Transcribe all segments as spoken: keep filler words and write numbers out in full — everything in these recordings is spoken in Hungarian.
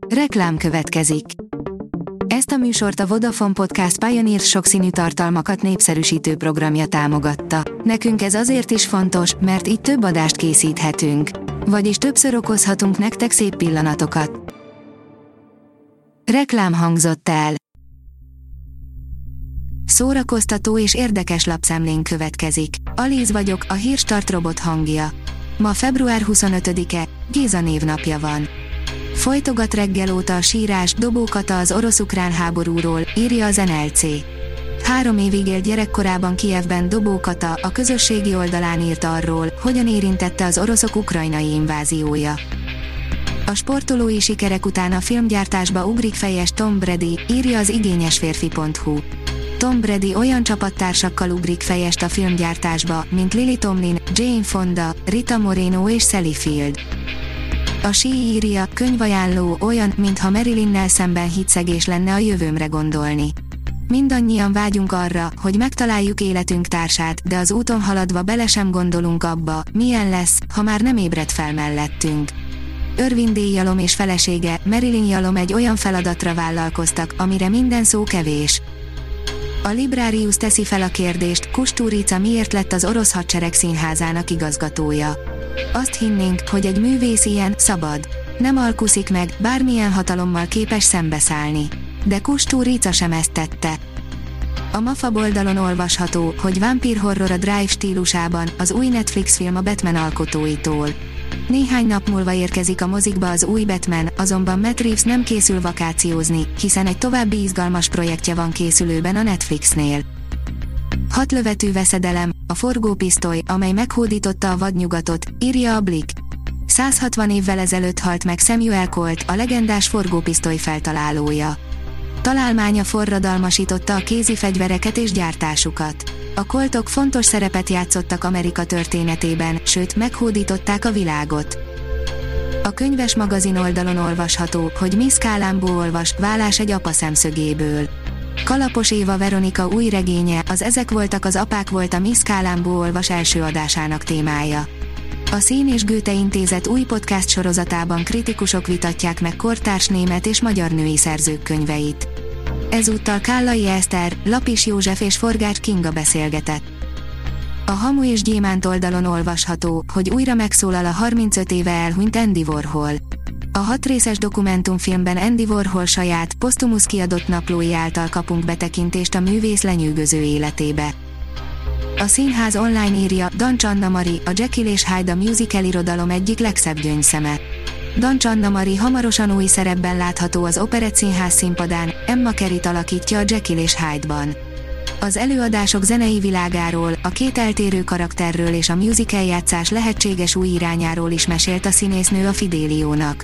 Reklám következik. Ezt a műsort a Vodafone Podcast Pioneer sokszínű tartalmakat népszerűsítő programja támogatta. Nekünk ez azért is fontos, mert így több adást készíthetünk. Vagyis többször okozhatunk nektek szép pillanatokat. Reklám hangzott el. Szórakoztató és érdekes lapszemlén következik. Alíz vagyok, a Hírstart robot hangja. Ma február huszonötödike, Géza névnapja van. Folytogat reggel óta a sírás, Dobó-Kata az orosz-ukrán háborúról, írja az en el cé. Három évig élt gyerekkorában Kijevben Dobó-Kata, a közösségi oldalán írt arról, hogyan érintette az oroszok ukrajnai inváziója. A sportolói sikerek után a filmgyártásba ugrik fejes Tom Brady, írja az igényesférfi pont hu. Tom Brady olyan csapattársakkal ugrik fejest a filmgyártásba, mint Lily Tomlin, Jane Fonda, Rita Moreno és Sally Field. A sí írja, könyvajánló olyan, mintha Marilynnel szemben hitszegés lenne a jövőmre gondolni. Mindannyian vágyunk arra, hogy megtaláljuk életünk társát, de az úton haladva bele sem gondolunk abba, milyen lesz, ha már nem ébred fel mellettünk. Irving D. Yalom és felesége, Marilyn Yalom egy olyan feladatra vállalkoztak, amire minden szó kevés. A Librarius teszi fel a kérdést, Kusturica miért lett az orosz hadsereg színházának igazgatója. Azt hinnénk, hogy egy művész ilyen, szabad. Nem alkuszik meg, bármilyen hatalommal képes szembeszállni. De Kusturica sem ezt tette. A Mafab oldalon olvasható, hogy vámpírhorror a Drive stílusában, az új Netflix film a Batman alkotóitól. Néhány nap múlva érkezik a mozikba az új Batman, azonban Matt Reeves nem készül vakációzni, hiszen egy további izgalmas projektje van készülőben a Netflixnél. Hatlövetű veszedelem, a forgópisztoly, amely meghódította a vadnyugatot, írja a Blick. száz hatvan évvel ezelőtt halt meg Samuel Colt, a legendás forgópisztoly feltalálója. Találmánya forradalmasította a kézi fegyvereket és gyártásukat. A Coltok fontos szerepet játszottak Amerika történetében, sőt, meghódították a világot. A könyves magazin oldalon olvasható, hogy Miss Kálámbó olvas, válás egy apa szemszögéből. Kalapos Éva Veronika új regénye, az Ezek voltak az apák volt a Miss Kálámbó olvas első adásának témája. A Szín és Goethe Intézet új podcast sorozatában kritikusok vitatják meg kortárs német és magyar női szerzők könyveit. Ezúttal Kállai Eszter, Lapis József és Forgács Kinga beszélgetett. A Hamu és Gyémánt oldalon olvasható, hogy újra megszólal a harmincöt éve elhunyt Andy Warhol. A hatrészes dokumentumfilmben Andy Warhol saját, posztumusz kiadott naplói által kapunk betekintést a művész lenyűgöző életébe. A Színház online írja, Dancs Anna-Mari, a Jekyll és Hyde a musical irodalom egyik legszebb gyöngyszeme. Dancs Anna-Mari hamarosan új szerepben látható az Operett Színház színpadán, Emma Kerrit alakítja a Jekyll és Hyde-ban. Az előadások zenei világáról, a két eltérő karakterről és a musical játszás lehetséges új irányáról is mesélt a színésznő a Fidéliónak.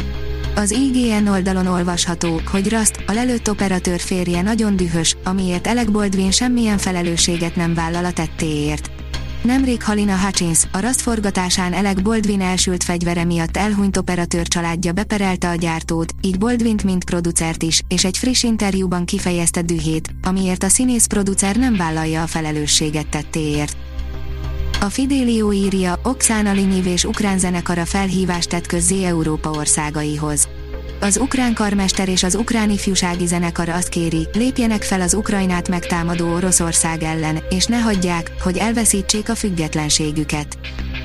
Az i gé en oldalon olvasható, hogy Rust, a lelőtt operatőr férje nagyon dühös, amiért Alec Baldwin semmilyen felelősséget nem vállal a tettéért. Nemrég Halina Hutchins, a Rust forgatásán Alec Baldwin elsült fegyvere miatt elhunyt operatőr családja beperelte a gyártót, így Baldwint mint producert is, és egy friss interjúban kifejezte dühét, amiért a színész-producer nem vállalja a felelősséget tettéért. A Fidelio írja, Oksana Linyiv és ukrán zenekara felhívást tett közzé Európa országaihoz. Az ukrán karmester és az ukrán ifjúsági zenekar azt kéri, lépjenek fel az Ukrajnát megtámadó Oroszország ellen, és ne hagyják, hogy elveszítsék a függetlenségüket.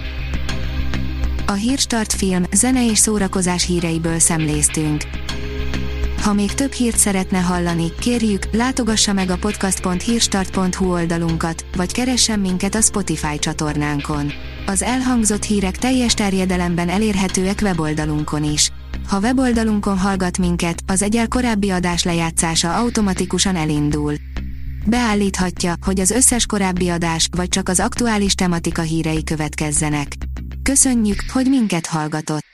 A Hírstart film, zene és szórakozás híreiből szemléztünk. Ha még több hírt szeretne hallani, kérjük, látogassa meg a podcast pont hírstart pont hu oldalunkat, vagy keressen minket a Spotify csatornánkon. Az elhangzott hírek teljes terjedelemben elérhetőek weboldalunkon is. Ha weboldalunkon hallgat minket, az egyel korábbi adás lejátszása automatikusan elindul. Beállíthatja, hogy az összes korábbi adás, vagy csak az aktuális tematika hírei következzenek. Köszönjük, hogy minket hallgatott!